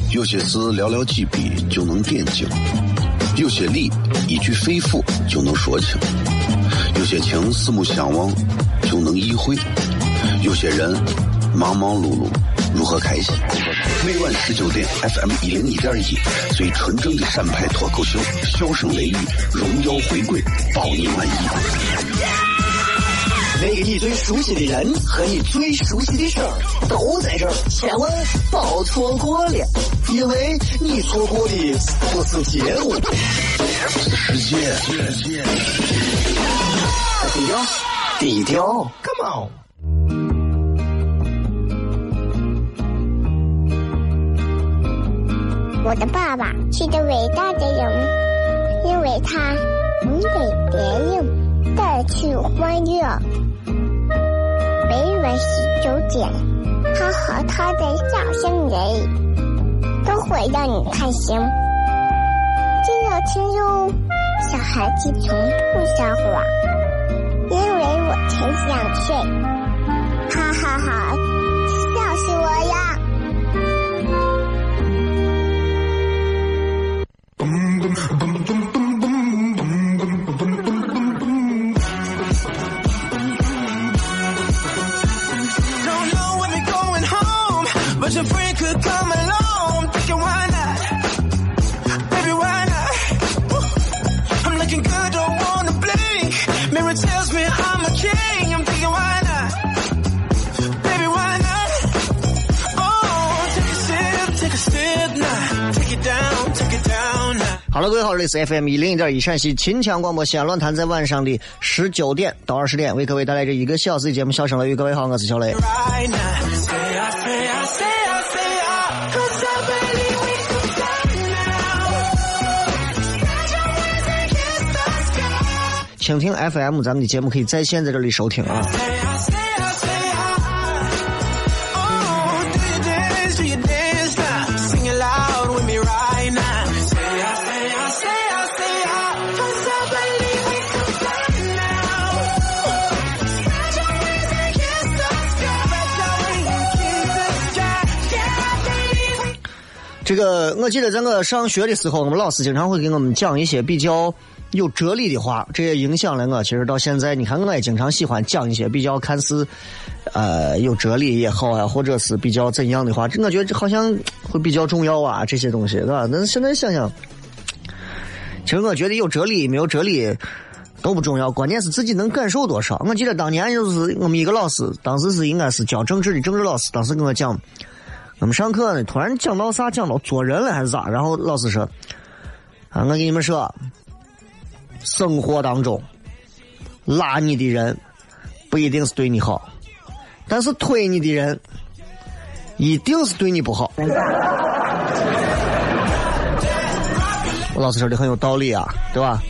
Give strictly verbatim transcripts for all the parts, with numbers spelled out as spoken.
有些事寥寥几笔就能点睛，有些理一句肺腑就能说清，有些情四目相望就能意会，有些人忙忙碌碌如何开心。每晚十九点 F M 一零一点一，最纯正的陕派脱口秀，笑声雷雨，荣耀回归，保你满意。 那个你最熟悉的人和你最熟悉的事儿都在这儿，千万别错过了，因为你错过的不是节目， 是世界。 低调，低调 ，Come on。 我的爸爸是个伟大的人，因为他能给别人带去欢乐。每晚十九点，他和他的笑声人都会让你开心。真要听哟，小孩子从不撒谎，因为我才想睡。哈哈哈，笑死我呀！ Your friend could come along, thinking why not? Baby, why not? I'm looking good, don't wanna blink. Mirror tells me I'm a king. I'm thinking why not? Baby, why not? Oh, take a sip, take a sip now. Take it down, take it down now. 好了，各位好，这里是 F M 一零一点一陕西秦腔广播西安论坛，在晚上的十九点到二十点，为各位带来这一个小时的节目。笑声雷雨，各位好，我是小雷。蜻蜓 F M 咱们的节目可以在线在这里收听啊。这个我记得在我上学的时候，我们老师经常会给我们讲一些比较有哲理的话，这也影响了我。其实到现在，你看我也经常喜欢讲一些比较看似呃有哲理也好啊，或者是比较怎样的话，我觉得这好像会比较重要啊，这些东西，对吧？但是现在想想，其实我觉得有哲理没有哲理都不重要，关键是自己能感受多少。我记得当年就是我们一个老师，当时是应该是教政治的政治老师，当时跟我讲。我们上课呢，突然讲到啥，讲到做人了还是咋？然后老师说：“啊，我跟你们说，生活当中拉你的人不一定是对你好，但是推你的人一定是对你不好。”老师说的很有道理啊，对吧？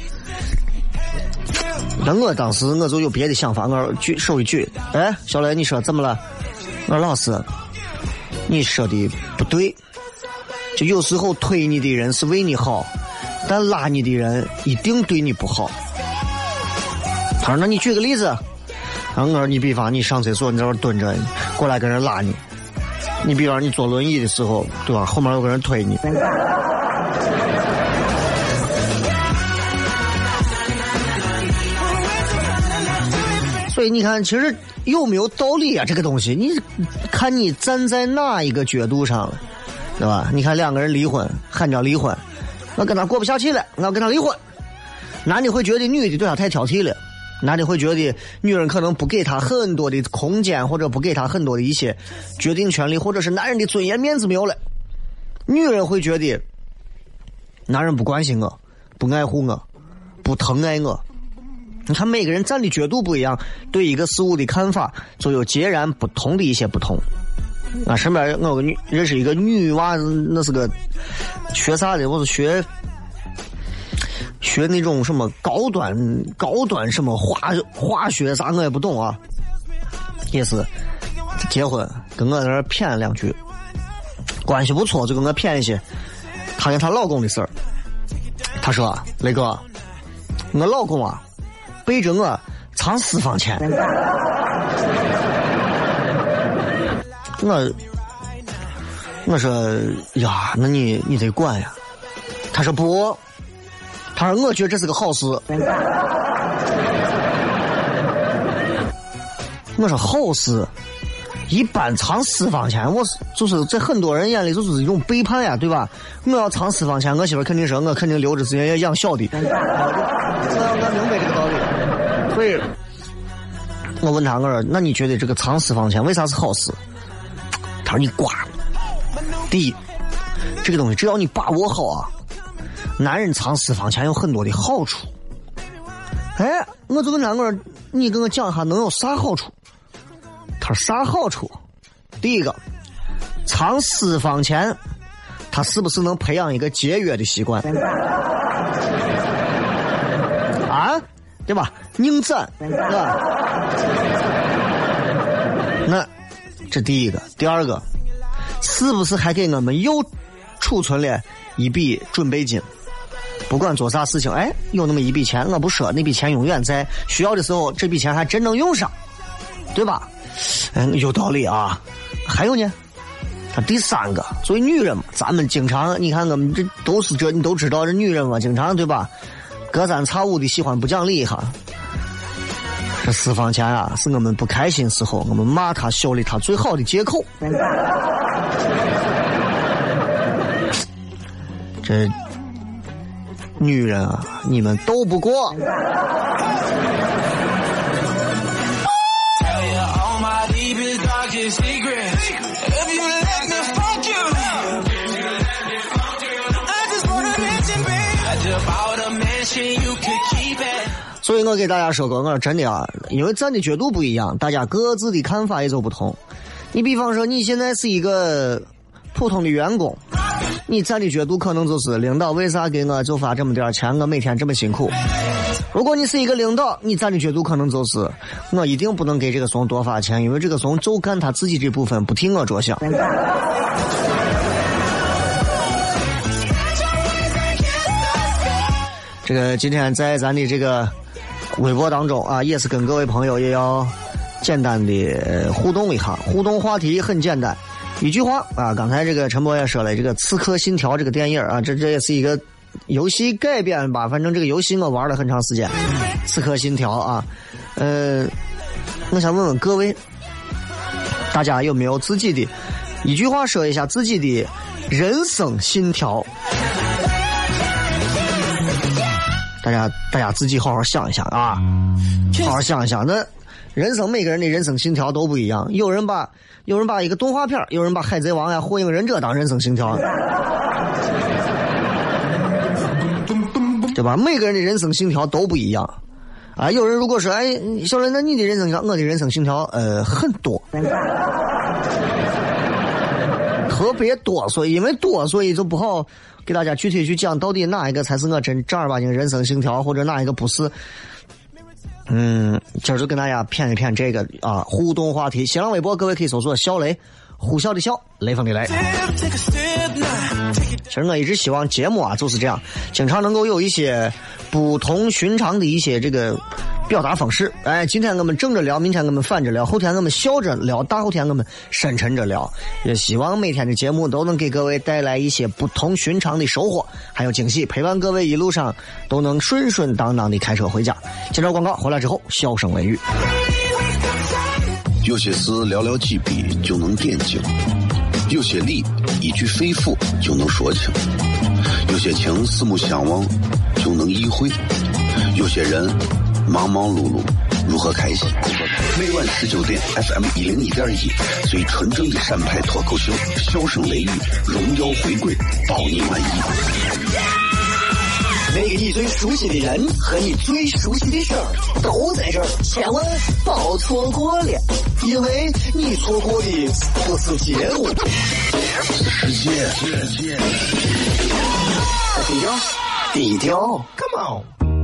那我当时我就有别的想法，我举手一举，哎，小雷，你说怎么了？我说老师。你说的不对，就有时候推你的人是为你好，但拉你的人一定对你不好。他说那你举个例子。然后我说你比方你上厕所你在这蹲着，过来跟人拉你，你比方你坐轮椅的时候，对吧，后面有个人推你。所以你看其实有没有道理啊，这个东西你看你站在哪一个角度上了，对吧？你看两个人离婚，喊叫离婚，我跟他过不下去了，我要跟他离婚。男的会觉得女的对他太挑剔了，男的会觉得女人可能不给他很多的空间，或者不给他很多的一些决定权利，或者是男人的尊严面子没有了。女人会觉得男人不关心我，不爱护我，不疼爱我。你看每个人站的角度不一样，对一个事物的看法就有截然不同的一些不同。啊，身边我有个女认识一个女娃，那是个学啥的，我是学学那种什么高端高端什么化化学啥我也不懂啊，也是结婚跟我在那谝两句，关系不错，就跟我谝一些她跟她老公的事儿。她说雷哥，我老公啊背着我藏私房钱。我我说呀，那你你得管呀。他说不，他说我觉得这是个好事。我说好事，一般藏私房钱，我就是在很多人眼里就是一种背叛呀，对吧？我要藏私房钱，我媳妇肯定说我肯定留着资源要养小的。我我明白这个道理，所以我问他，我说那你觉得这个藏私房钱为啥是好事？他说你瓜。第一，这个东西只要你把握好啊，男人藏私房钱有很多的好处。哎，我就问他，我说你跟我讲一下能有啥好处？他说啥好处？第一个，藏私房钱，他是不是能培养一个节约的习惯？啊，对吧？宁攒，对吧？那这第一个，第二个，是不是还给我们又储存了一笔准备金？不管做啥事情，哎，有那么一笔钱，我不说，那笔钱永远在，需要的时候，这笔钱还真能用上，对吧？嗯，有道理啊。还有呢，他第三个，作为女人嘛，咱们经常，你看我们这都是这，你都知道这女人嘛，经常对吧？隔三差五的喜欢不讲理哈。这私房钱啊，是我们不开心时候，我们骂他、修理他最好的借口。这女人啊，你们斗不过。所以我给大家说过，我说真的啊，因为咱的角度不一样，大家各自的看法也就不同。你比方说你现在是一个普通的员工，你站的角度可能就是领导为啥给我就发这么点钱，我每天这么辛苦。如果你是一个领导，你站的角度可能就是我一定不能给这个怂多发钱，因为这个怂就干他自己这部分，不替我着想。这个今天在咱的这个微博当中啊，也是跟各位朋友也要简单的互动一下，互动话题很简单，一句话啊。刚才这个陈博也说了，这个《刺客信条》这个电影啊，这这也是一个游戏改编吧，反正这个游戏我玩了很长时间，《刺客信条》啊，呃，我想问问各位，大家有没有自己的一句话说一下自己的人生信条？大家大家自己好好想一想啊，好好想一想。那人生每个人的人生信条都不一样，有人把有人把一个动画片，有人把海贼王呀、火影忍者当人生信条，对吧？每个人的人生信条都不一样啊。有人如果说，哎，小雷，那你的人生信条，我的人生信条呃很多，特别多，所以因为多，所以就不好给大家具体去讲到底哪一个才是我真正儿八经人生信条，或者哪一个不是。嗯，今儿就跟大家谝一谝这个啊互动话题。新浪微博各位可以搜索小雷，呼啸的笑，雷锋的雷。其实我一直希望节目啊就是这样，经常能够有一些不同寻常的一些这个表达方式。哎，今天我们正着聊，明天我们反着聊，后天我们笑着聊，大后天我们深沉着聊。也希望每天的节目都能给各位带来一些不同寻常的收获，还有惊喜，陪伴各位一路上都能顺顺当当的开车回家。接着广告回来之后，笑声雷雨。 有些事寥寥几笔就能点睛，有些力一句肺腑就能说清，有些情四目相望就能意会，有些人忙忙碌碌如何开心？每晚十九点 F M 一零一点一，最纯正的陕派脱口秀，笑声雷雨，荣耀回归，保你满意。 那个你最熟悉的人和你最熟悉的事儿都在这儿，千万别错过了，因为你错过的不是节目， 世界世界低调低调 ，Come on。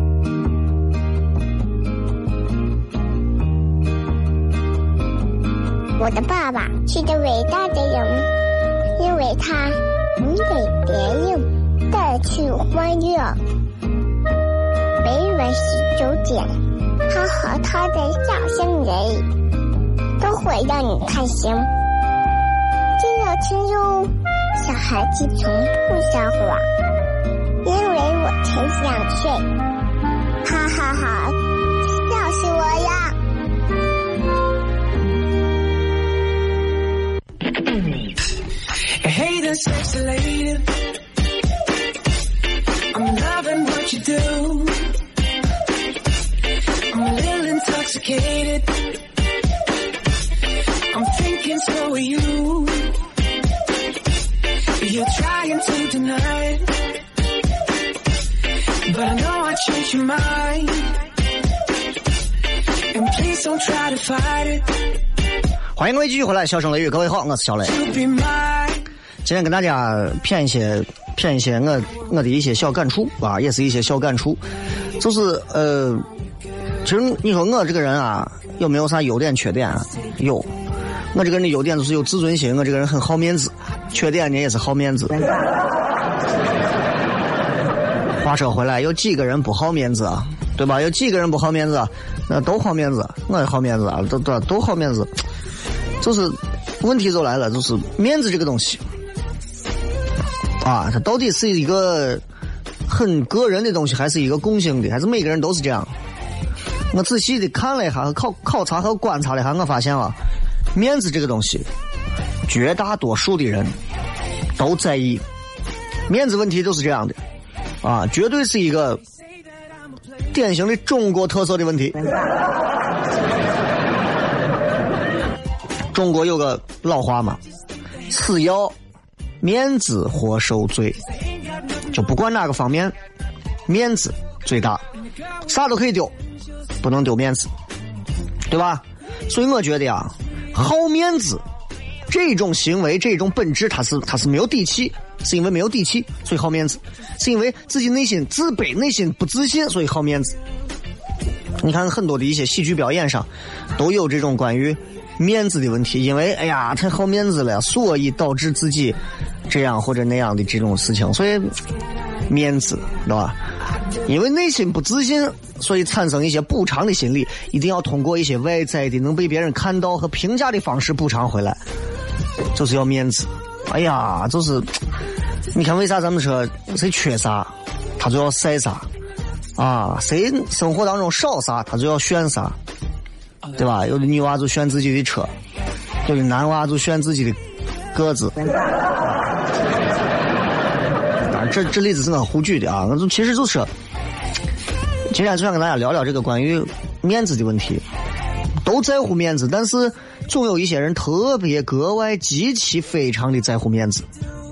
我的爸爸是个伟大的人，因为他能给别人带去欢乐。每晚十九点，他和他的笑声人都会让你开心。记得听哟。 小孩子从不撒谎，因为我才两岁。哈哈哈，笑死我呀 ！Hey there, sexy lady. I'm loving what you do. I'm a little intoxicated. I'm thinking so are you. You're trying to deny it, but I know I changed your mind. And please don't try to fight it. 欢迎各位继续回来，笑声雷雨，各位好，我是小雷。今天跟大家骗一些骗一些我我的一些小感触啊，也是一些小感触，就是呃，其实你说我这个人啊，有没有啥优点缺点啊？有，我这个人的优点就是有自尊心，我这个人很好面子，缺点呢也是好面子。话说回来，有几个人不好面子啊？对吧？有几个人不好面子啊？那都好面子，我也好面子啊，都都都好面子。就是问题就来了，就是面子这个东西啊，它到底是一个很个人的东西，还是一个共性的，还是每个人都是这样？我仔细的看了一下，考考察和观察了一下，我发现啊，面子这个东西，绝大多数的人都在意。面子问题就是这样的啊，绝对是一个典型的中国特色的问题。中国有个老话嘛，此要面子活受罪，就不管哪个方面，面子最大，啥都可以丢，不能丢面子，对吧？所以我觉得啊，好面子这种行为，这种本质，它是它是没有底气，是因为没有底气，所以好面子，是因为自己内心自卑，内心不自信，所以好面子。你看很多的一些戏剧表演上都有这种关于面子的问题，因为哎呀太好面子了，所以导致自己这样或者那样的这种事情，所以面子，对吧？因为内心不自信，所以产生一些补偿的心理，一定要通过一些外在的能被别人看到和评价的方式补偿回来，就是要面子。哎呀，就是你看为啥咱们说谁缺啥他就要晒啥啊，谁生活当中少啥他就要炫啥，对吧？有的女娃就炫自己的车，有的男娃就炫自己的个子。当然这这例子是我胡举的啊，其实就是今天就想跟大家聊聊这个关于面子的问题。都在乎面子，但是总有一些人特别格外极其非常的在乎面子。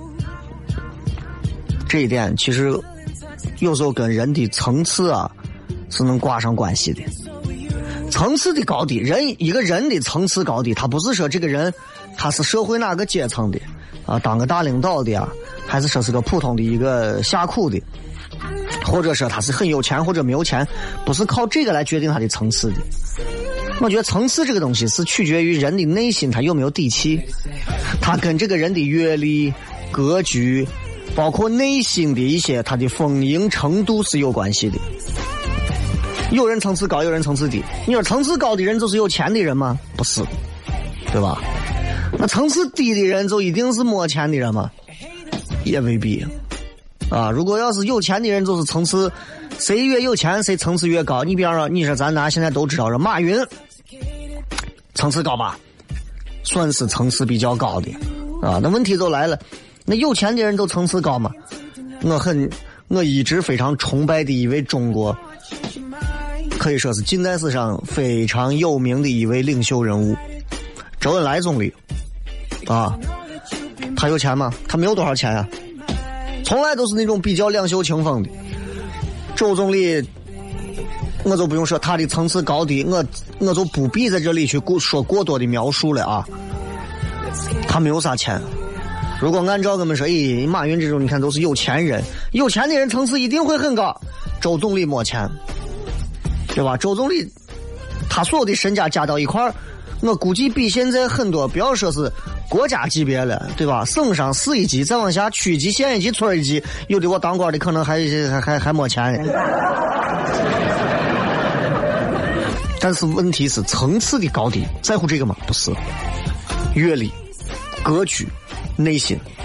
这一点其实有时候跟人的层次啊是能挂上关系的。层次的高低，人一个人的层次高低，他不是说这个人他是社会哪个阶层的啊，当个大领导的啊，还是说是个普通的一个下苦的，或者说他是很有钱或者没有钱，不是靠这个来决定他的层次的。我觉得层次这个东西是取决于人的内心他有没有底气，他跟这个人的阅历、格局，包括内心的一些他的丰盈程度是有关系的。有人层次高，有人层次低。你说层次高的人就是有钱的人吗？不是，对吧？那层次低的人就一定是没钱的人吗？也未必啊。如果要是有钱的人，就是层次，谁越有钱谁层次越高。你比方说，你说咱俩现在都知道说马云层次高吧，算是层次比较高的啊。那问题就来了，那有钱的人都层次高吗？我很我一直非常崇拜的一位中国可以说是近代史上非常有名的一位领袖人物，周恩来总理啊，他有钱吗？他没有多少钱啊，从来都是那种比较两袖清风的。周总理我就不用说他的层次高低，我我就不必在这里去说过多的描述了啊。他没有啥钱，如果按照我们说，咦，马云这种你看都是有钱人，有钱的人层次一定会很高。周总理没钱，对吧？周总理他所有的身家加到一块儿，我估计比现在很多不要说是国家级别了，对吧？省上市一级，再往下区一级、县一级、村一级，有的我当官的可能还还还还没钱。但是问题是层次的高低在乎这个吗？不是，阅历、格局、内心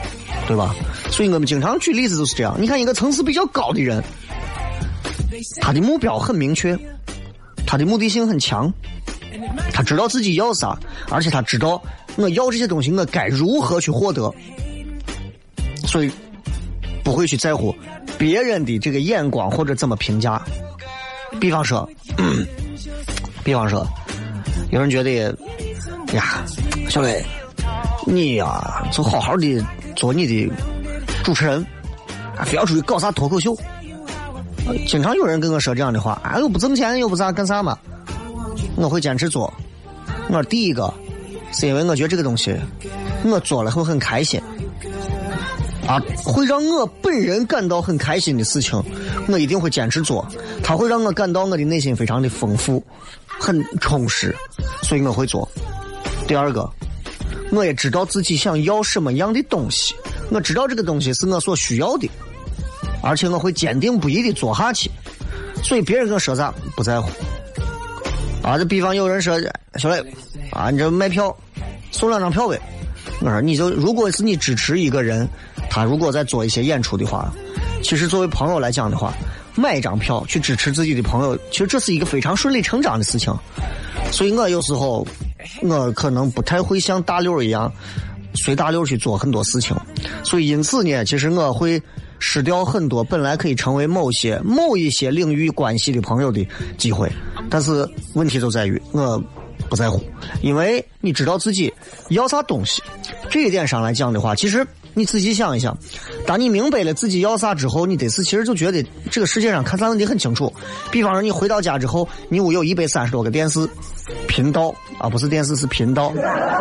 对吧？所以我们经常举例子就是这样。你看一个层次比较高的人，他的目标很明确，他的目的性很强，他知道自己要啥，而且他知道我要这些东西我该如何去获得，所以不会去在乎别人的这个眼光或者怎么评价。比方说嗯比方说有人觉得呀，小磊你呀就好好的做你的主持人啊，非要出去搞啥脱口秀。经常有人跟我说这样的话啊，又不挣钱又不咋干啥嘛。我会坚持做。我第一个是因为我觉得这个东西我做了会很开心啊，会让我本人感到很开心的事情我一定会坚持做，它会让我感到我的内心非常的丰富很充实，所以我会做。第二个，我也知道自己想要什么样的东西，我知道这个东西是我所需要的，而且我会坚定不移的做下去，所以别人跟我说啥不在乎啊。这比方有人说小磊啊，你这卖票送两张票呗，我说你就如果是你支持一个人，他如果在做一些演出的话，其实作为朋友来讲的话，买一张票去支持自己的朋友，其实这是一个非常顺理成章的事情。所以我有时候我可能不太会像大溜一样随大溜去做很多事情，所以因此呢，其实我会失掉很多本来可以成为某些某一些领域关系的朋友的机会。但是问题就在于我不在乎，因为你知道自己要啥东西。这一点上来讲的话，其实你自己想一想，当你明白了自己要啥之后，你得是其实就觉得这个世界上看啥问题很清楚。比方说你回到家之后，你屋有一百三十多个电视频道啊，不是电视是频道。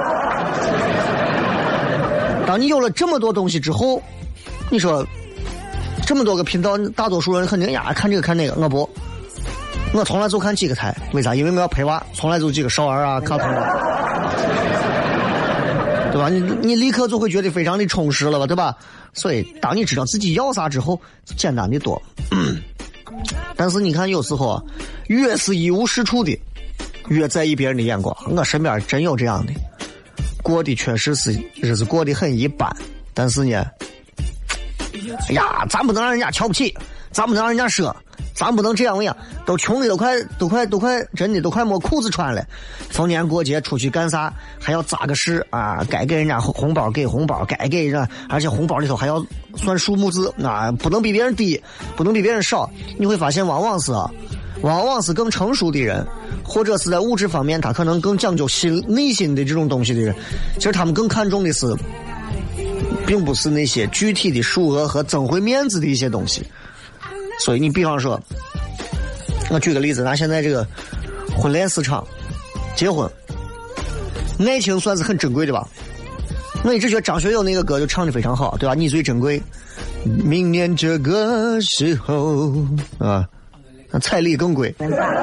当你有了这么多东西之后，你说这么多个频道，大多数人肯定呀看这个看那个，我不，我从来就看几个台，为啥？因为我要陪娃，从来就几个少儿啊、卡通啊，对吧？你你立刻就会觉得非常的充实了吧，对吧？所以当你知道自己要啥之后，简单的多。但是你看，有时候啊，越是一无是处的，越在意别人的眼光。我身边真有这样的，过得确实是日子过得很一般，但是呢，哎呀，咱不能让人家瞧不起，咱不能让人家说，咱不能这样样，都穷的都快都快都快真的都快没裤子穿了。逢年过节出去干啥还要扎个实啊，该给人家红包给红包，该给人，而且红包里头还要算数目字啊，不能比别人低，不能比别人少。你会发现往往是啊，往往是更成熟的人，或者是在物质方面他可能更讲究心内心的这种东西的人，其实他们更看重的是并不是那些具体的数额和争回面子的一些东西。所以你比方说，我举个例子，拿现在这个婚恋市场，结婚爱情算是很珍贵的吧。我一直觉得张学友那个歌就唱得非常好，对吧？你最珍贵，明年这个时候啊，彩礼更贵。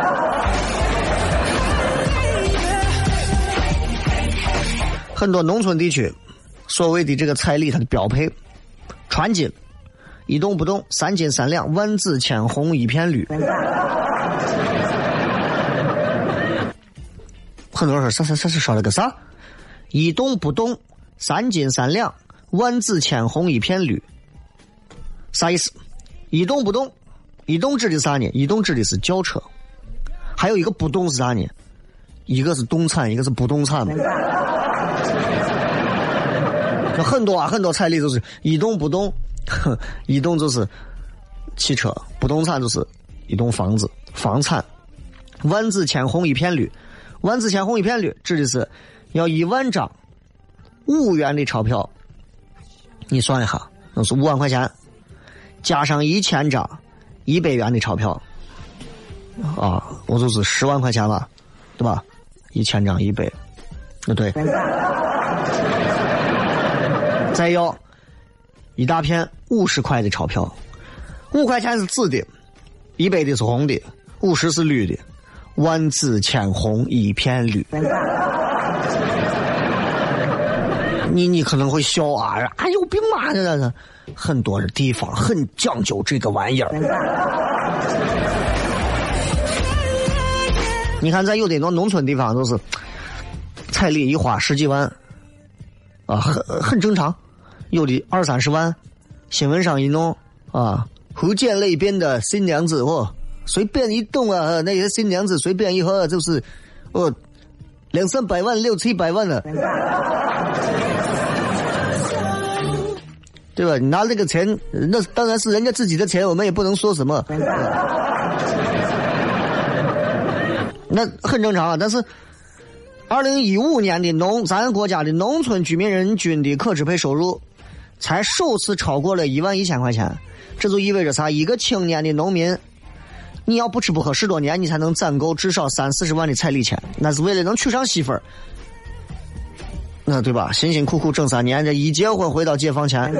很多农村地区所谓的这个彩礼，它的标配传金一动不动，三金三两，万紫千红一片绿。很多人说啥啥啥是说了个啥？一动不动，三金三两，万紫千红一片绿。啥意思？一动不动，一动指的啥呢？一动指的是轿车，还有一个不动是啥呢？一个是动产，一个是不动产嘛。很多啊，很多彩礼都是一动不动。一栋就是汽车，不动产就是一栋房子，房产。万紫千红一片绿，万紫千红一片绿指的是要一万张五元的钞票，你算一下，那是五万块钱，加上一千张一百元的钞票啊，我就是十万块钱了，对吧？一千张一百，那对。再要一大片五十块的钞票，五块钱是紫的，一百的是红的，五十是绿的，万紫千红一片绿。你你可能会笑啊，啊有病吗？这个很多的地方很讲究这个玩意儿。你看，在有的农村地方都是彩礼一花十几万，啊，很很正常。 有的二三十万，新闻上一弄啊，福建那边的新娘子哦，随便一动啊，那些新娘子随便一喝就是哦两三百万六七百万了，对吧？你拿这个钱，那当然是人家自己的钱，我们也不能说什么，那很正常啊。但是二零一五年的农咱国家的农村居民人均的可支配收入才首次超过了一万一千块钱，这就意味着啥？一个青年的农民，你要不吃不喝十多年，你才能攒够至少三四十万的彩礼钱，那是为了能娶上媳妇儿，那对吧？辛辛苦苦整三年，这一结婚回到解放前，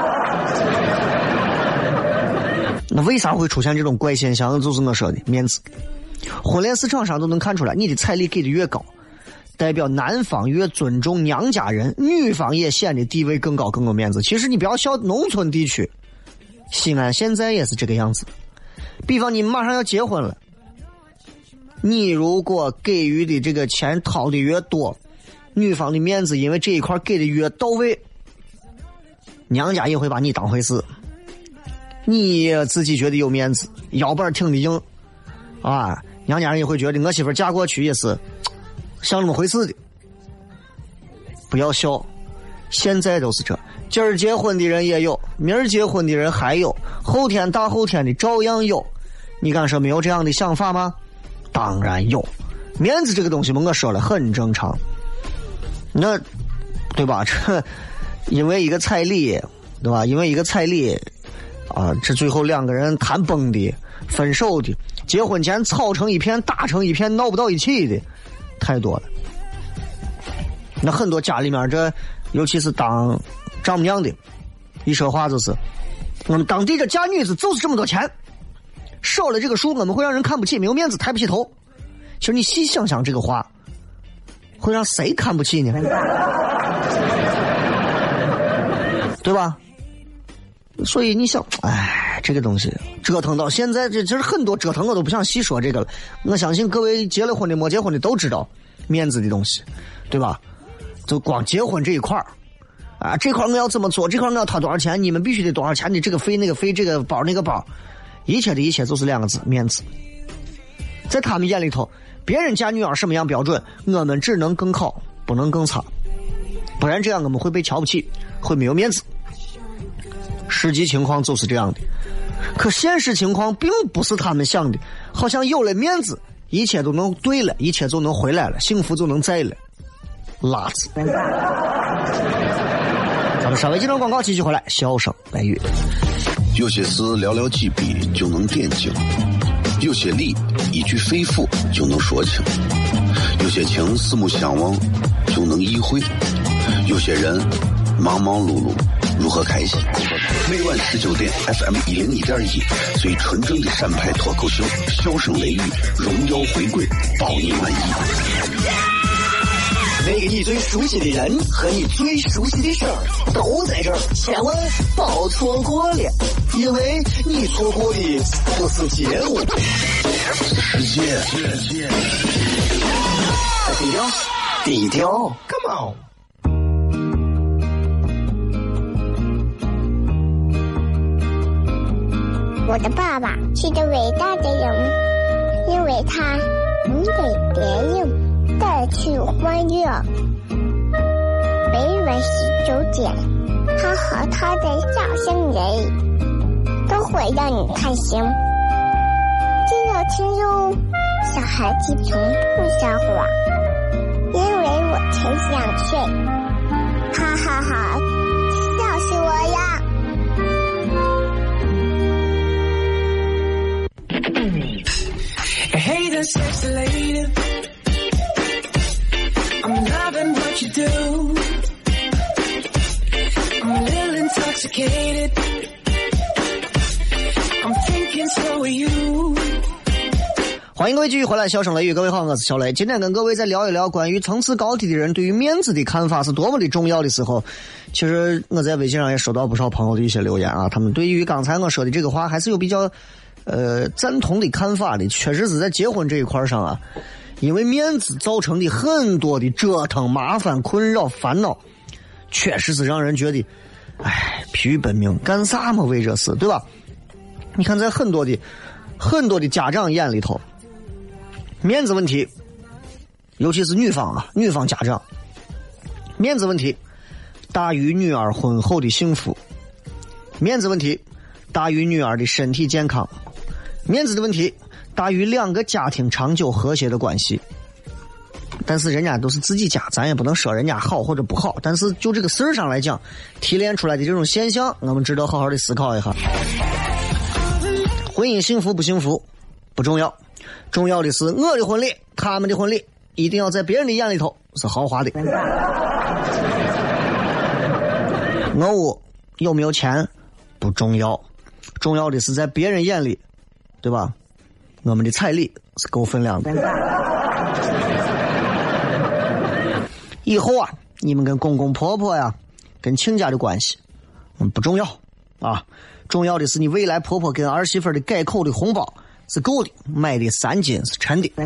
那为啥会出现这种怪现象？就是我说的面子。婚恋市场上都能看出来，你的彩礼给的越高，代表男方越尊重娘家人，女方也显得地位更高更有面子。其实你不要笑农村地区，西安现在也是这个样子。比方你马上要结婚了，你如果给予的这个钱掏的越多，女方的面子因为这一块给的越到位，娘家也会把你当回事，你自己觉得有面子，腰板挺的硬啊，娘家人也会觉得我媳妇嫁过去也是像那么回事的。不要笑，现在都是这，今儿结婚的人也有，明儿结婚的人还有，后天大后天的照样有。你敢说没有这样的想法吗？当然有。面子这个东西我说了很正常，那对吧？这因为一个彩礼，对吧？因为一个彩礼啊，这最后两个人谈崩的、分手的、结婚前吵成一片、打成一片、闹不到一起的太多了。那很多家里面这尤其是当丈母娘的，一说话就是我们当地这嫁女子就是这么多钱，少了这个数我们会让人看不起，没有面子，抬不起头。其实你细想想这个话会让谁看不起呢？对吧？所以你想，哎，这个东西折腾到现在，这其实很多折腾我都不想细说这个了。我相信各位结了婚的没结婚的都知道面子的东西，对吧？就光结婚这一块儿啊，这块我要怎么做，这块我要掏多少钱，你们必须得多少钱的这个费那个费，这个包那个包，一切的一切就是两个字：面子。在他们眼里头，别人家女儿什么样标准，我们只能更好，不能更差，不然这样我们会被瞧不起，会没有面子。实际情况就是这样的，可现实情况并不是他们想的，好像有了面子一切都能对了，一切就能回来了，幸福就能在了，垃圾。咱们稍微接段广告继续回来，笑声来语。 有些事寥寥几笔就能点睛，有些理一句肺腑就能说清，有些情四目相望就能意会，有些人忙忙碌碌如何开心？每晚十九点 F M 一零一点一，最纯正的陕派脱口秀，笑声雷雨，荣耀回归，保你满意。 那个你最熟悉的人和你最熟悉的事儿都在这儿，千万别错过了，因为你错过的不是节目， 世界。 低调，低调 ，Come on。 我的爸爸是个伟大的人，因为他能给别人带去欢乐。每晚十九点，他和他的笑声人都会让你开心。记得听哟，小孩子从不撒谎，因为我才想睡。哈哈哈，笑死我呀！ Hey there, sexy lady. I'm loving what you do. I'm a little intoxicated. I'm thinking so are you. 欢迎各位继续回来，笑声雷雨，各位好，我是小雷。今天跟各位再聊一聊关于层次高低的人对于面子的看法是多么的重要的时候，其实我在微信上也收到不少朋友的一些留言啊，他们对于刚才我说的这个话还是有比较呃赞同的看法的。确实是在结婚这一块上啊，因为面子造成的很多的折腾、麻烦、困扰、烦恼，确实是让人觉得哎，疲于奔命，干啥嘛？为这事，对吧？你看，在很多的很多的家长眼里头，面子问题，尤其是女方啊，女方家长，面子问题大于女儿婚后的幸福，面子问题大于女儿的身体健康，面子的问题大于两个家庭长久和谐的关系。但是人家都是自己家，咱也不能说人家好或者不好，但是就这个事儿上来讲，提炼出来的这种现象，我们值得好好的思考一下。婚姻幸福不幸福不重要，重要的是我的婚礼，他们的婚礼一定要在别人的眼里头是豪华的。我屋有没有钱不重要，重要的是在别人眼里，对吧？我们的彩礼是够分量的。以后啊，你们跟公公婆婆呀，跟亲家的关系，嗯，不重要啊。重要的是你未来婆婆跟儿媳妇的改口的红包是够的，买的三斤是沉的。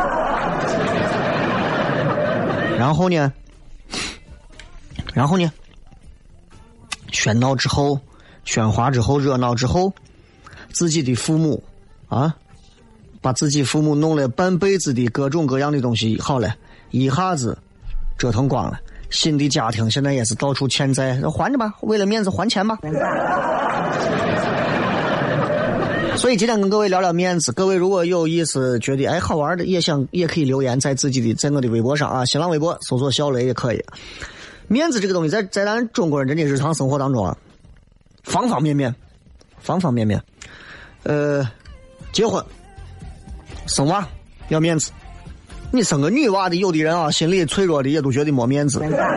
然后呢，然后呢，喧闹之后，喧哗之后，热闹之后，自己的父母啊，把自己父母弄了半辈子的各种各样的东西，好了，一下子折腾光了。新的家庭现在也是到处欠债，还着吧，为了面子还钱吧。所以今天跟各位聊聊面子，各位如果有意思觉得哎好玩的，也想也可以留言在自己的在我的微博上啊，新浪微博搜索小雷也可以。面子这个东西在在咱中国人真的日常生活当中啊，方方面面，方方面面。呃，结婚、生娃要面子。你生个女娃的，有的人啊，心里脆弱的也都觉得没面子。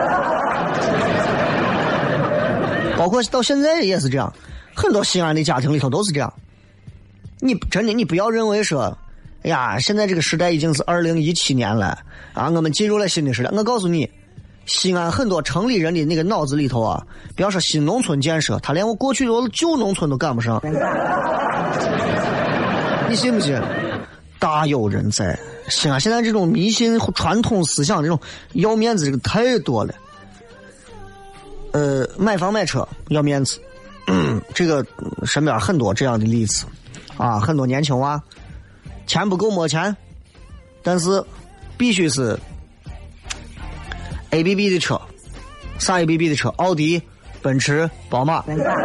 包括到现在也是这样，很多西安的家庭里头都是这样。你真的，你不要认为说，哎呀，现在这个时代已经是二零一七年了啊，我们进入了新的时代。我告诉你，西安很多城里人的那个脑子里头啊，不要说新农村建设，他连我过去的旧农村都赶不上。你信不信？大有人在。西安现在这种迷信传统思想，这种要面子这个太多了。呃，买房买车要面子，嗯、这个身边很多这样的例子啊，很多年轻娃钱不够没钱，但是必须是 A B B 的车，啥 A B B 的车？奥迪、奔驰、宝马，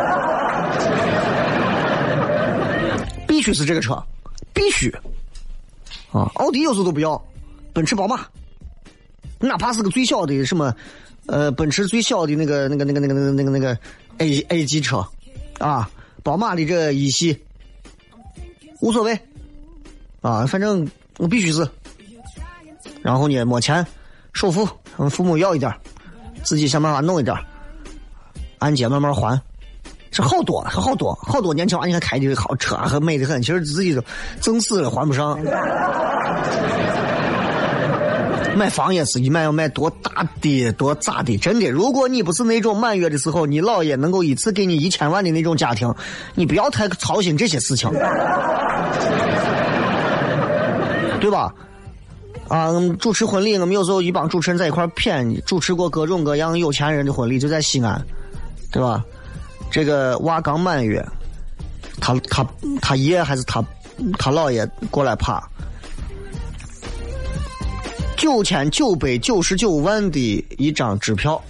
必须是这个车，必须。啊，奥迪有时候都不要，奔驰、宝马，哪怕是个最小的什么，呃，奔驰最小的那个、那个、那个、那个、那个、那个、那个 A A 级车，啊，宝马的这一系，无所谓，啊，反正我必须是。然后呢，没钱，首付，我们父母要一点，自己想办法弄一点，按揭慢慢还。这好多好多好多年轻娃，你看开的好车和美的很，其实自己都挣死了还不上。买房也是一买要买多大的多咋的，真的。如果你不是那种满月的时候，你姥爷能够一次给你一千万的那种家庭，你不要太操心这些事情，对吧？啊，我们主持婚礼，我们有时候一帮主持人在一块谝，主持过各种各样有钱人的婚礼，就在西安，对吧？这个娃刚满月，他他他爷还是他他姥爷过来爬，九千九百九十九万的一张支票。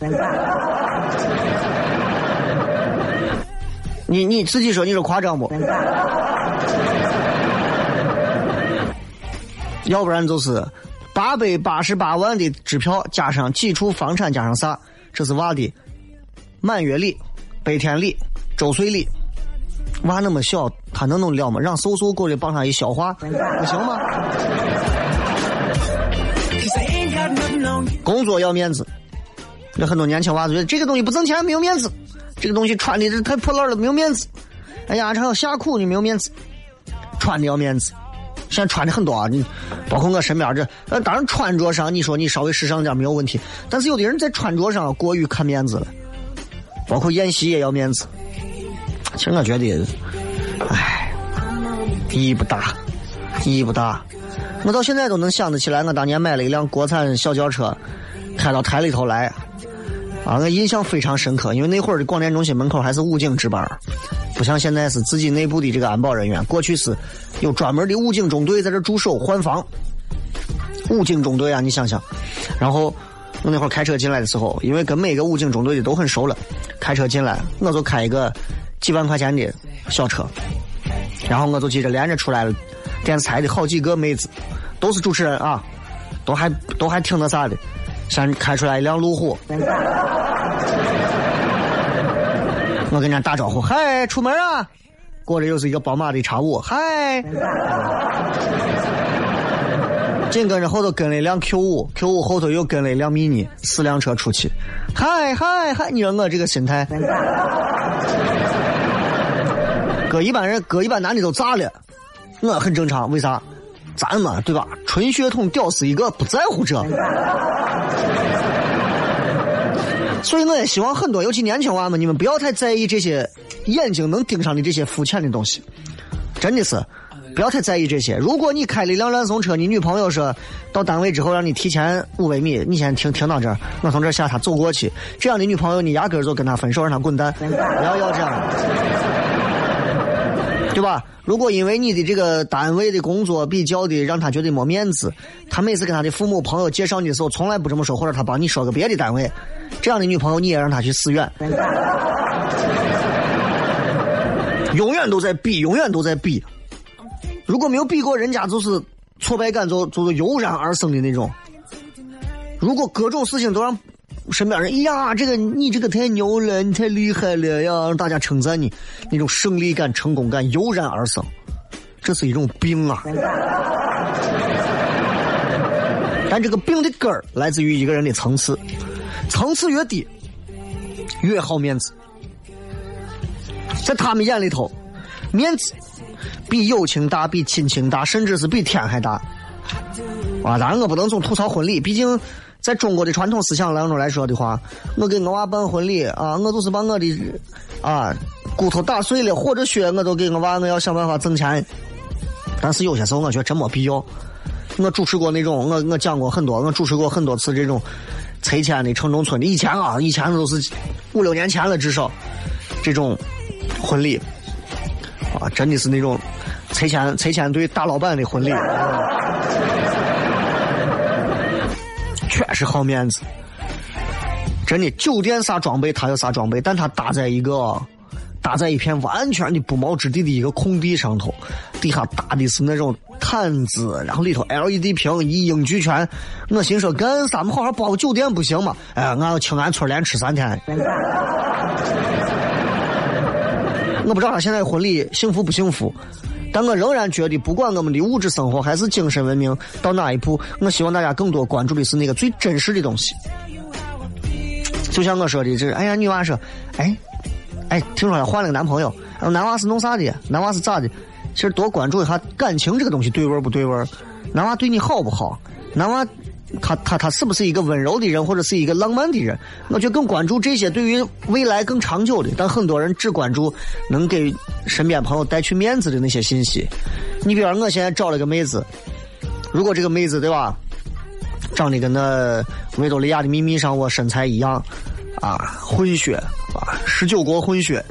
你你自己说，你说夸张不？要不然就是八百八十八万的支票加上几处房产加上啥，这是娃的满月礼。白天礼、周岁礼，娃那么小，他能弄了吗？让搜搜过来帮他一消化，不行吗？工作要面子，有很多年轻娃觉得这个东西不挣钱，没有面子；这个东西穿的太破烂了，没有面子。哎呀，这还要下苦，你没有面子。穿的要面子，现在穿的很多啊，你包括我身边这，呃，当然穿着上，你说你稍微时尚点没有问题，但是有的人在穿着上过于看面子了。包括宴席也要面子，其实我觉得，唉，意义不大，意义不大。我到现在都能想得起来，我当年买了一辆国产小轿车，开到台里头来， 啊，我印象非常深刻，因为那会儿的广电中心门口还是武警值班，不像现在是自己内部的这个安保人员，过去是有专门的武警中队在这驻守换防。武警中队啊，你想想，然后我那会儿开车进来的时候，因为跟每个武警中队的都很熟了，开车进来，我就开一个几万块钱的小车，然后我就记着连着出来了电视台的好几个妹子，都是主持人啊，都还都还挺那啥的，先开出来一辆路虎，我跟人家打招呼，嗨，出门啊，过着又是一个宝马的叉五，嗨。紧跟着后头跟了一辆 Q 五 Q 五后头又跟了一辆 mini， 四辆车出去，嗨嗨嗨！你说我这个心态，搁一般人搁一般男的都炸了，我很正常，为啥？咱嘛对吧？纯血统屌丝一个，不在乎这。所以我也希望很多，尤其年轻娃们，你们不要太在意这些眼睛能盯上的这些肤浅的东西，真的是。不要太在意这些。如果你开了一辆烂怂车，你女朋友说到单位之后让你提前五百米，你先停停到这儿，我从这儿下她走过去，这样的女朋友你压根儿就跟她分手，让她滚蛋，不要要这样，对吧？如果因为你的这个单位的工作比较的让她觉得没面子，她每次跟她的父母朋友介绍你的时候从来不这么说，或者她帮你说个别的单位，这样的女朋友你也让她去死远。永远都在比，永远都在比。如果没有比过，人家就是挫败感就就是油然而生的那种。如果各种事情都让身边人，哎呀，这个你这个太牛了，你太厉害了呀，让大家称赞你，那种胜利感、成功感油然而生，这是一种病啊。但这个病的根儿来自于一个人的层次，层次越低，越好面子。在他们眼里头，面子比友情大，比亲情大，甚至是比天还大啊！当然我不能总吐槽婚礼，毕竟在中国的传统思想当中来说的话，我给我娃办婚礼啊，我就是把我的啊骨头打碎了或者血，我都给我娃，我要想办法挣钱。但是有些时候我觉得真没必要。我主持过那种，我我讲过很多，我主持过很多次这种拆迁的城中村的，以前啊，以前都是五六年前了，至少这种婚礼啊，真的是那种拆迁拆迁队大老板的婚礼，确实好面子。真的，酒店啥装备他有啥装备，但他搭在一个搭在一片完全的不毛之地的一个空地上头，底下搭的是那种毯子，然后里头 L E D 屏，一应俱全。我心说干啥？我们好好包个酒店不行吗？哎，我要清安村连吃三天。我不知道他现在婚礼幸福不幸福，但我仍然觉得不管我们的物质生活还是精神文明到哪一步，我希望大家更多关注的是那个最真实的东西。就像我说的，这哎呀，女娃说，哎哎，听说她换了个男朋友，男娃是弄啥的？男娃是咋的？其实多关注一下感情这个东西对味不对味，男娃对你好不好？男娃他他他是不是一个温柔的人，或者是一个浪漫的人？我觉得更关注这些对于未来更长久的，但很多人只关注能给身边朋友带去面子的那些信息。你比方我现在找了个妹子，如果这个妹子对吧，长得跟那维多利亚的秘密上我身材一样啊，混血啊，十九国混血。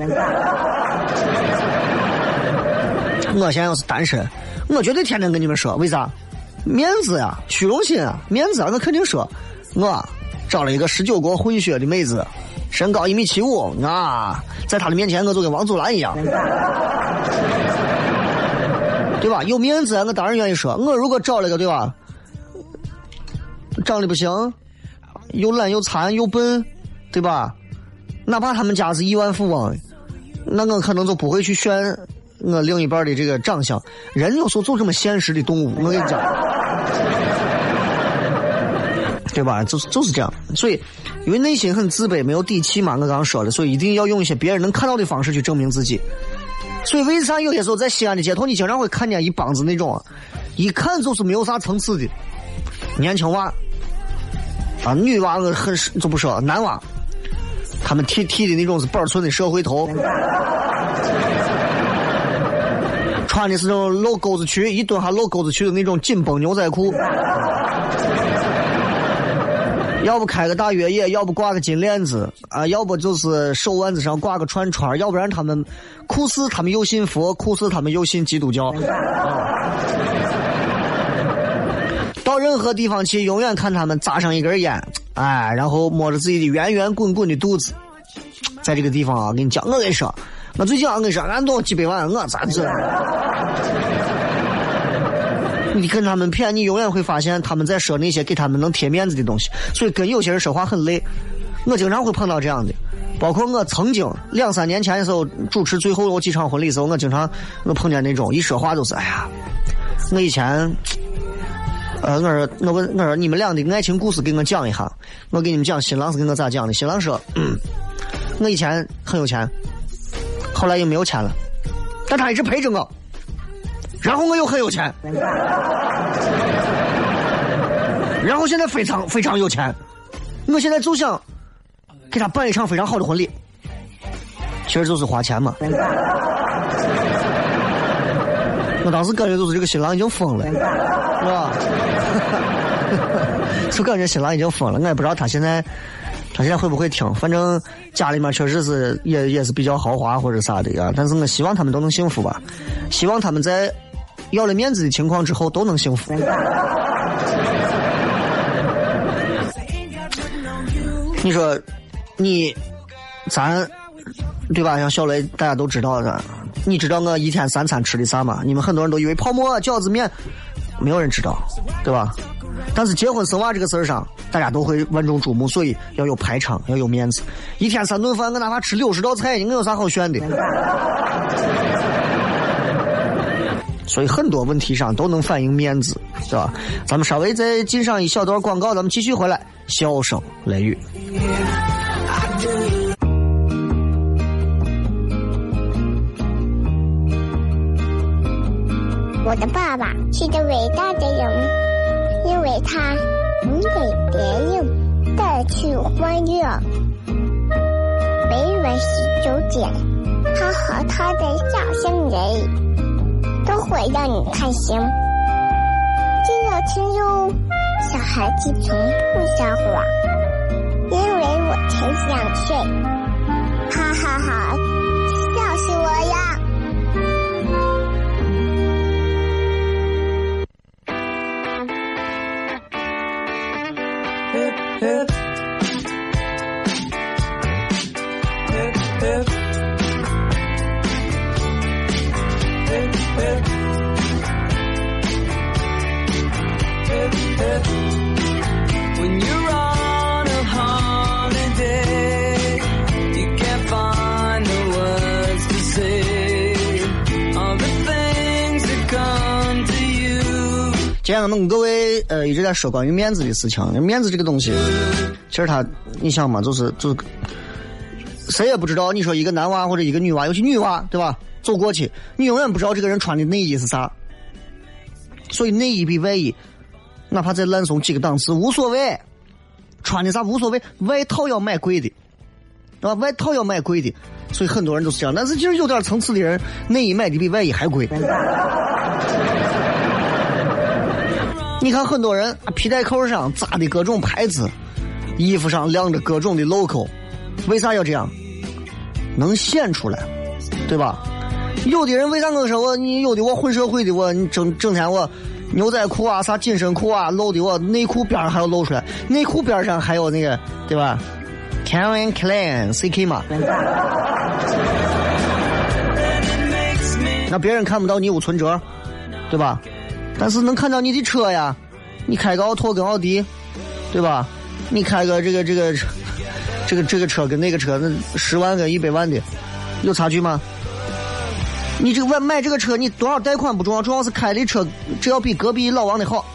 我现在要是单身，我绝对天天跟你们说，为啥？面子呀，虚荣心啊，面子啊，我肯定说，我找了一个十九国混血的妹子，身高一米七五啊，在她的面前我就跟王祖蓝一样，对吧？有面子啊，我当然愿意说。我如果找了个对吧，长得不行，又懒又残又笨，对吧？哪怕他们家是亿万富翁，那我可能就不会去选我另一半的这个长相。人有时候就这么现实的动物，我跟你讲，对吧？就是就是这样。所以因为内心很自卑没有底气嘛，我刚刚说了，所以一定要用一些别人能看到的方式去证明自己。所以为啥有些时候在西安的街头你经常会看见一帮子那种一看就是没有啥层次的年轻娃啊，女娃很就不说，男娃他们剃剃的那种是板寸的社会头，穿的是那种露沟子裙，一蹲下露沟子裙的那种紧绷牛仔裤， 要不开个大越野，要不挂个金链子啊，要不就是手腕子上挂个串串，要不然他们酷似他们又信佛，酷似他们又信基督教。啊、到任何地方去，永远看他们扎上一根烟，哎，然后摸着自己的圆圆滚滚的肚子。在这个地方啊，跟你讲，我跟你说，我最近我跟你说，俺都几百万，我咋这？你跟他们骗，你永远会发现他们在说那些给他们能贴面子的东西，所以跟有些人说话很累。我经常会碰到这样的，包括我曾经两三年前的时候主持最后几场婚礼的时候，我经常我碰见那种一说话都是哎呀，我以前，呃，我说我问我说你们俩的爱情故事给我讲一下，我给你们讲新郎是跟我咋讲的。新郎说，嗯，我以前很有钱，后来又没有钱了，但他一直陪着我。然后我又很有钱，然后现在非常非常有钱，我现在就想给他办一场非常好的婚礼，其实就是花钱嘛。我当时感觉就是这个新郎已经疯了，是吧？就感觉新郎已经疯了，我也不知道他现在他现在会不会听，反正家里面确实是也也是比较豪华或者啥的呀，但是我希望他们都能幸福吧，希望他们在要了面子的情况之后都能幸福。你说你咱对吧，像小雷大家都知道的，你知道我一天三餐吃的啥吗？你们很多人都以为泡馍饺子面，没有人知道，对吧？但是结婚生娃这个事儿上大家都会万众瞩目，所以要有排场，要有面子。一天三顿饭我哪怕吃六十道菜，你有啥好炫的？所以很多问题上都能反映面子，对吧？咱们稍微再进上一小段广告，咱们继续回来。笑声雷雨。 我的爸爸是个伟大的人，因为他能给别人带去欢乐。每晚十九点，他和他的笑声人都会让你开心。记得听哟，小孩子从不撒谎，因为我才两岁。哈哈哈，笑死我呀！ 今天我们各位呃一直在说关于面子的事情，面子这个东西，其实他你想嘛，就是就是谁也不知道。你说一个男娃或者一个女娃，尤其女娃，对吧？走过去，你永远不知道这个人穿的内衣是啥，所以内衣比外衣，哪怕再烂怂几个档次无所谓，穿的啥无所谓，外套要买贵的，对吧？外套要买贵的，所以很多人都是这样。但是其实有点层次的人，内衣买的比外衣还贵。你看很多人皮带扣上扎的各种牌子，衣服上亮着各种的 logo， 为啥要这样？能显出来，对吧？有的人为啥我说我你有的我混社会的我你整整天我牛仔裤啊啥紧身裤啊露的我内裤边上还要露出来，内裤边上还有那个对吧 Calvin Klein C K 嘛，那别人看不到你有存折，对吧？但是能看到你的车呀，你开个奥拓跟奥迪，对吧？你开个这个这个这个这个车跟那个车，那十万跟一百万的有差距吗？你这个买这个车，你多少贷款不重要，重要是开的车只要比隔壁老王的好。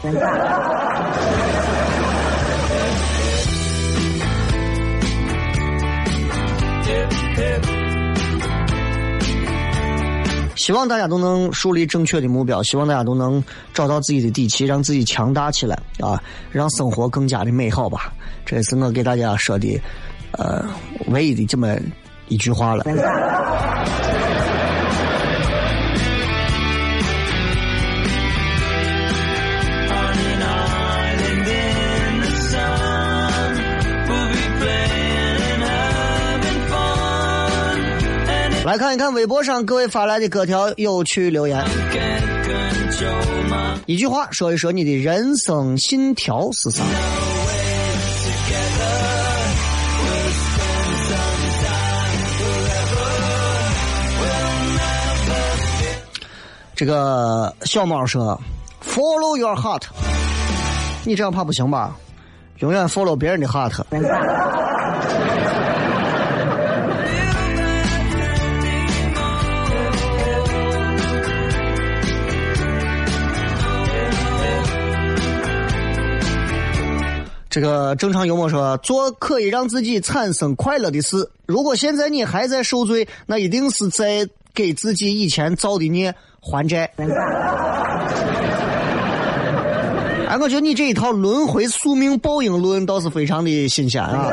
希望大家都能树立正确的目标，希望大家都能找到自己的底气，让自己强大起来啊，让生活更加的美好吧。这是我给大家说的呃唯一的这么一句话了。 来看一看微博上各位发来的各条有趣留言。一句话说一说你的人生信条是啥？这个小猫说 Follow your heart， 你这样怕不行吧？永远 follow 别人的 heart。 这个正常幽默说，做可以让自己产生快乐的事，如果现在你还在受罪，那一定是在给自己以前造的孽还债。哎，我觉得你这一套轮回宿命报应论倒是非常的新鲜啊！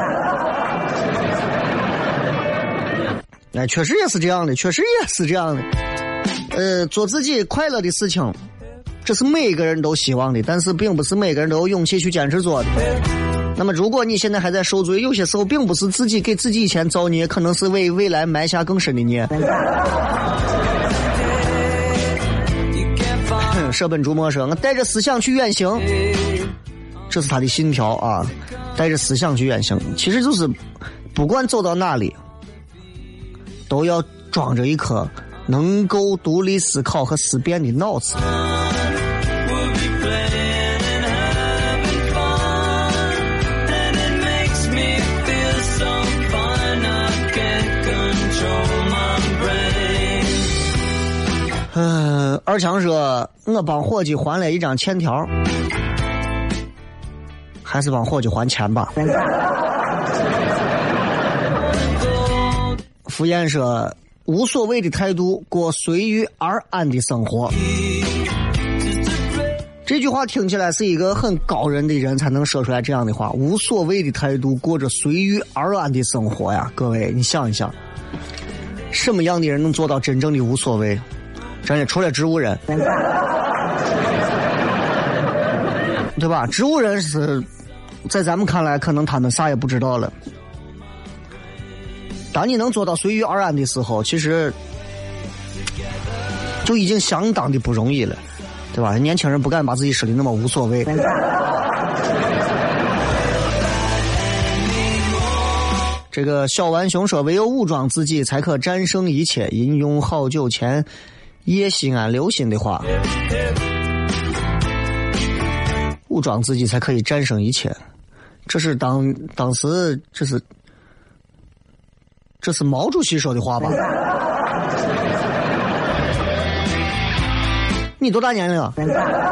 哎，确实也是这样的，确实也是这样的。呃，做自己快乐的事情，这是每个人都希望的，但是并不是每个人都有勇气去坚持做的。那么如果你现在还在受罪，有些时候并不是自己给自己以前造孽，可能是为未来埋下更深的孽。舍本逐末说，我带着思想去远行，这是他的信条啊！带着思想去远行，其实就是不管走到哪里，都要装着一颗能够独立思考和思辨的脑子。嗯，二强说，我帮伙计还了一张欠条，还是帮伙计还钱吧。福燕说，无所谓的态度，过随遇而安的生活。这句话听起来是一个很高人的人才能说出来这样的话，无所谓的态度，过着随遇而安的生活呀。各位，你想一想，什么样的人能做到真正的无所谓？真的，除了植物人，对吧？植物人是在咱们看来，可能他们啥也不知道了。当你能做到随遇而安的时候，其实就已经相当的不容易了，对吧？年轻人不敢把自己说的那么无所谓。这个小顽熊说，唯有武装自己才可战胜一切，饮用好酒前夜西安流行的话，武装自己才可以战胜一切，这是当当时这是这是毛主席说的话吧？你多大年龄啊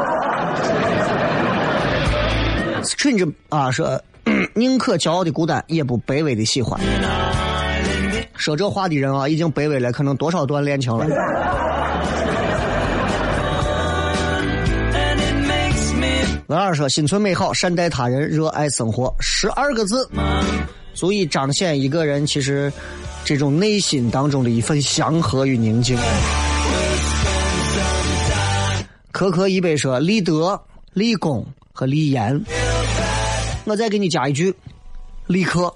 ？Strange 啊，说宁可骄傲的孤单，也不卑微的喜欢。说这话的人啊，已经卑微了，可能多少段恋情了。文二说，心存美好，善待他人，热爱生活，十二个字足以彰显一个人其实这种内心当中的一份祥和与宁静。可可一杯说，立德、立功和立言。我再给你加一句，立刻。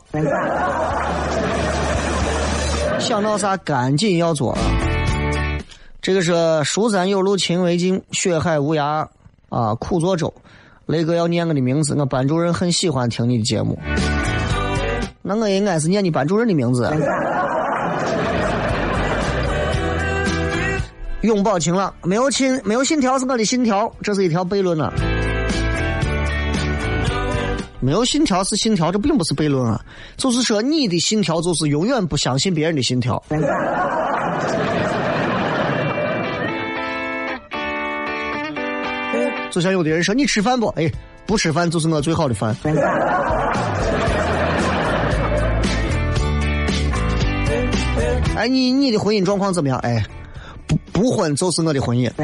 想到啥赶紧要做。这个是蜀山有路勤为径，雪海无涯啊苦作舟。雷哥要念我的名字，我班主任很喜欢听你的节目。那我应该是念你班主任的名字。永葆晴朗，没有信没有信条是我的信条，这是一条悖论啊。没有信条是信条，这并不是悖论啊，就是说你的信条就是永远不相信别人的信条。就像有的人说你吃饭不？哎，不吃饭就是我最好的饭。哎，你你的婚姻状况怎么样？哎，不不婚就是我的婚姻。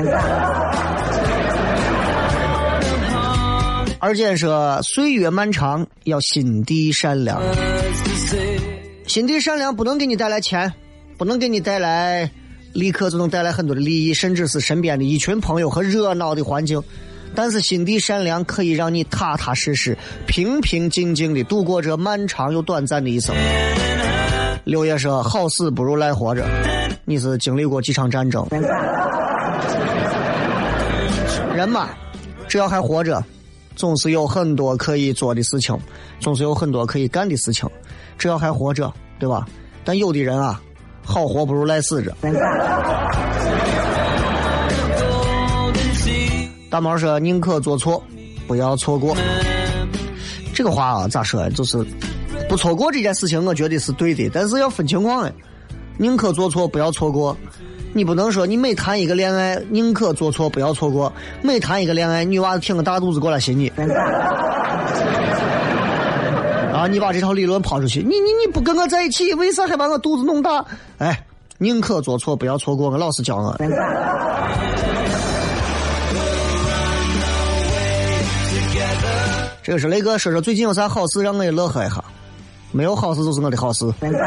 而且说岁月漫长，要心地善良。心地善良不能给你带来钱，不能给你带来立刻就能带来很多的利益，甚至是身边的一群朋友和热闹的环境。但是心地善良可以让你踏踏实实、平平静静地度过这漫长又短暂的一生。六爷说，好死不如赖活着。 你是经历过几场战争。人嘛，只要还活着，总是有很多可以做的事情，总是有很多可以干的事情，只要还活着，对吧？但有的人啊，好活不如赖死着。大毛说宁可做错不要错过，这个话啊咋说，就是不错过这件事情我觉得是对的，但是要分情况哎。宁可做错不要错过，你不能说你每谈一个恋爱宁可做错不要错过，每谈一个恋爱女娃子挺个大肚子过来寻你啊，你把这套理论抛出去，你你你不跟我在一起，为啥还把我肚子弄大？哎，宁可做错不要错过，我老师教我。这个是雷哥说说最近有啥好事让我也乐呵一下，没有好事就是我的好事。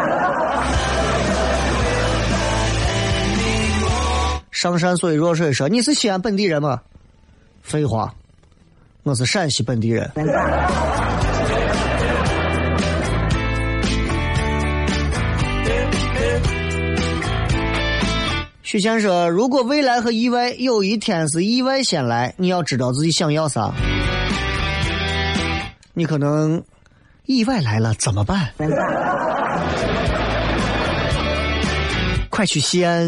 上山所以弱水说你是西安本地人吗？废话，我是陕西本地人。许先说如果未来和意外有一天是意外先来，你要知道自己想要啥。你可能意外来了怎么办？快去西安。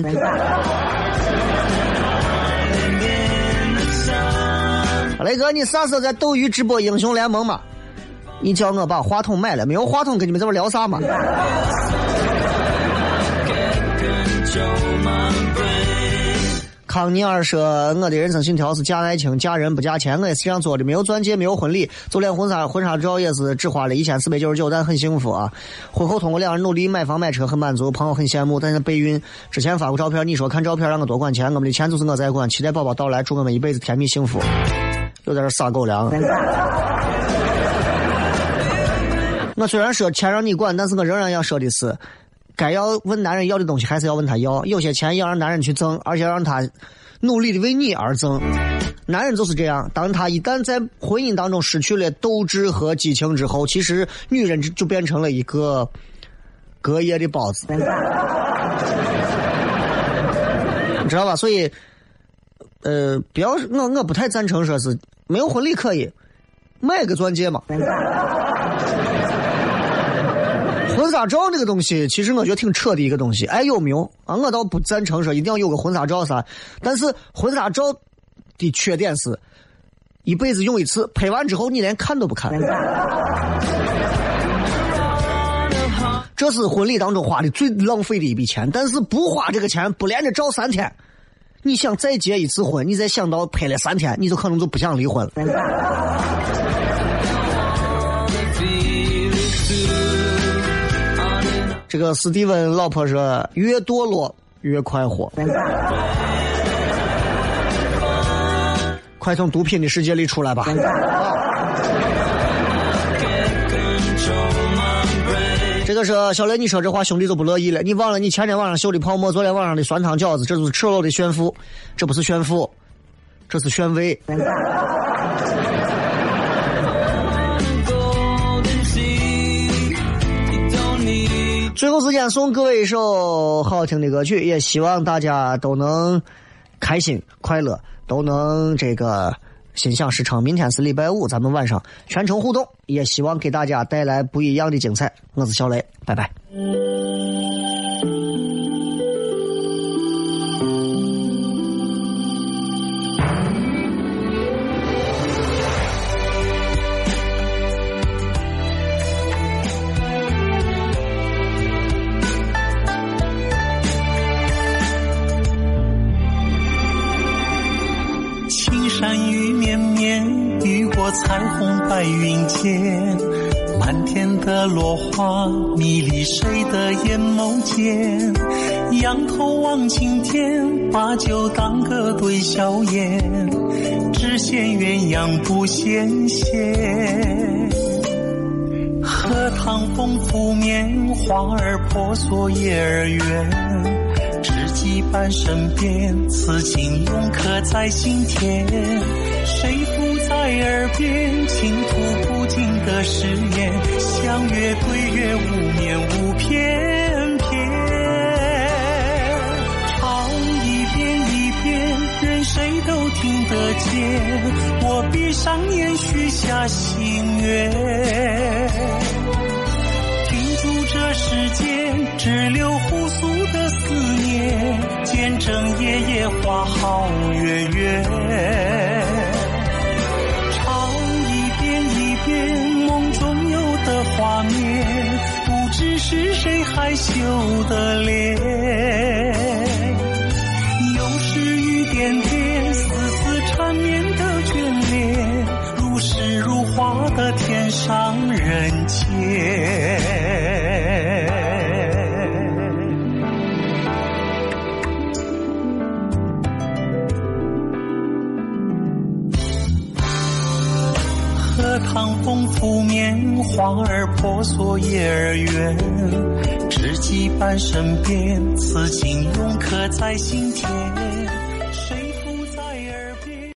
雷哥，你啥时候在斗鱼直播英雄联盟嘛？你叫我把话筒买了，没有话筒跟你们这边聊啥嘛？康尼尔说我的人生信条是嫁爱情嫁人不嫁钱，我也是这样做的，没有钻戒没有婚礼，就连婚纱婚纱照也是只花了一千四百九十九，但很幸福啊。婚后通过两人努力买房买车很满足，朋友很羡慕，但是备孕之前发过照片，你说看照片让我多管钱，我们的钱就是我在管，期待宝宝到来，祝我们一辈子甜蜜幸福。又在这撒狗粮。我虽然说钱让你管，但是我仍然要说的是该要问男人要的东西还是要问他要，有些钱要让男人去挣，而且让他努力的为你而挣。男人就是这样，当他一旦在婚姻当中失去了斗志和激情之后，其实女人就变成了一个隔夜的包子，你知道吧？所以呃，不要我我不太赞成说是没有婚礼可以买个钻戒嘛。婚纱照这个东西其实我觉得挺扯的一个东西，爱有没有啊，我倒不赞成说一定要有个婚纱照啥，但是婚纱照的缺点是一辈子用一次，拍完之后你连看都不看。这是婚礼当中花的最浪费的一笔钱，但是不花这个钱不连着照三天，你想再结一次婚，你再想到拍了三天，你就可能就不想离婚了。这个史蒂文老婆说越堕落越快活，快从毒品的世界里出来吧。这个是小雷，你说这话兄弟都不乐意了，你忘了你前天晚上秀的泡沫，昨天晚上的酸汤饺子，这就是赤裸的炫富，这不是炫富，这是炫威。最后时间送各位一首好听的歌曲，也希望大家都能开心快乐，都能这个心想事成。明天是礼拜五，咱们晚上全程互动，也希望给大家带来不一样的精彩。我是小雷，拜拜。 山雨绵绵，雨过彩虹白云间，漫天的落花迷离谁的眼眸间，仰头望青天，把酒当歌对笑颜，只羡鸳鸯不羡仙。荷塘风拂面，花儿婆娑叶儿圆，知己伴身边，此情永刻在心田。谁附在耳边，倾吐不尽的誓言，相约对月无眠无偏偏。 都听得见，我闭上眼许下心愿，停住这世间只留互诉的思念，见证夜夜花好月圆，唱一遍一遍梦中有的画面，不知是谁害羞的脸，又是雨点点丝丝缠绵的眷恋，如诗如画的天上人间。荷塘风拂面，花儿婆娑叶儿圆，知己伴身边，此情永刻在心田。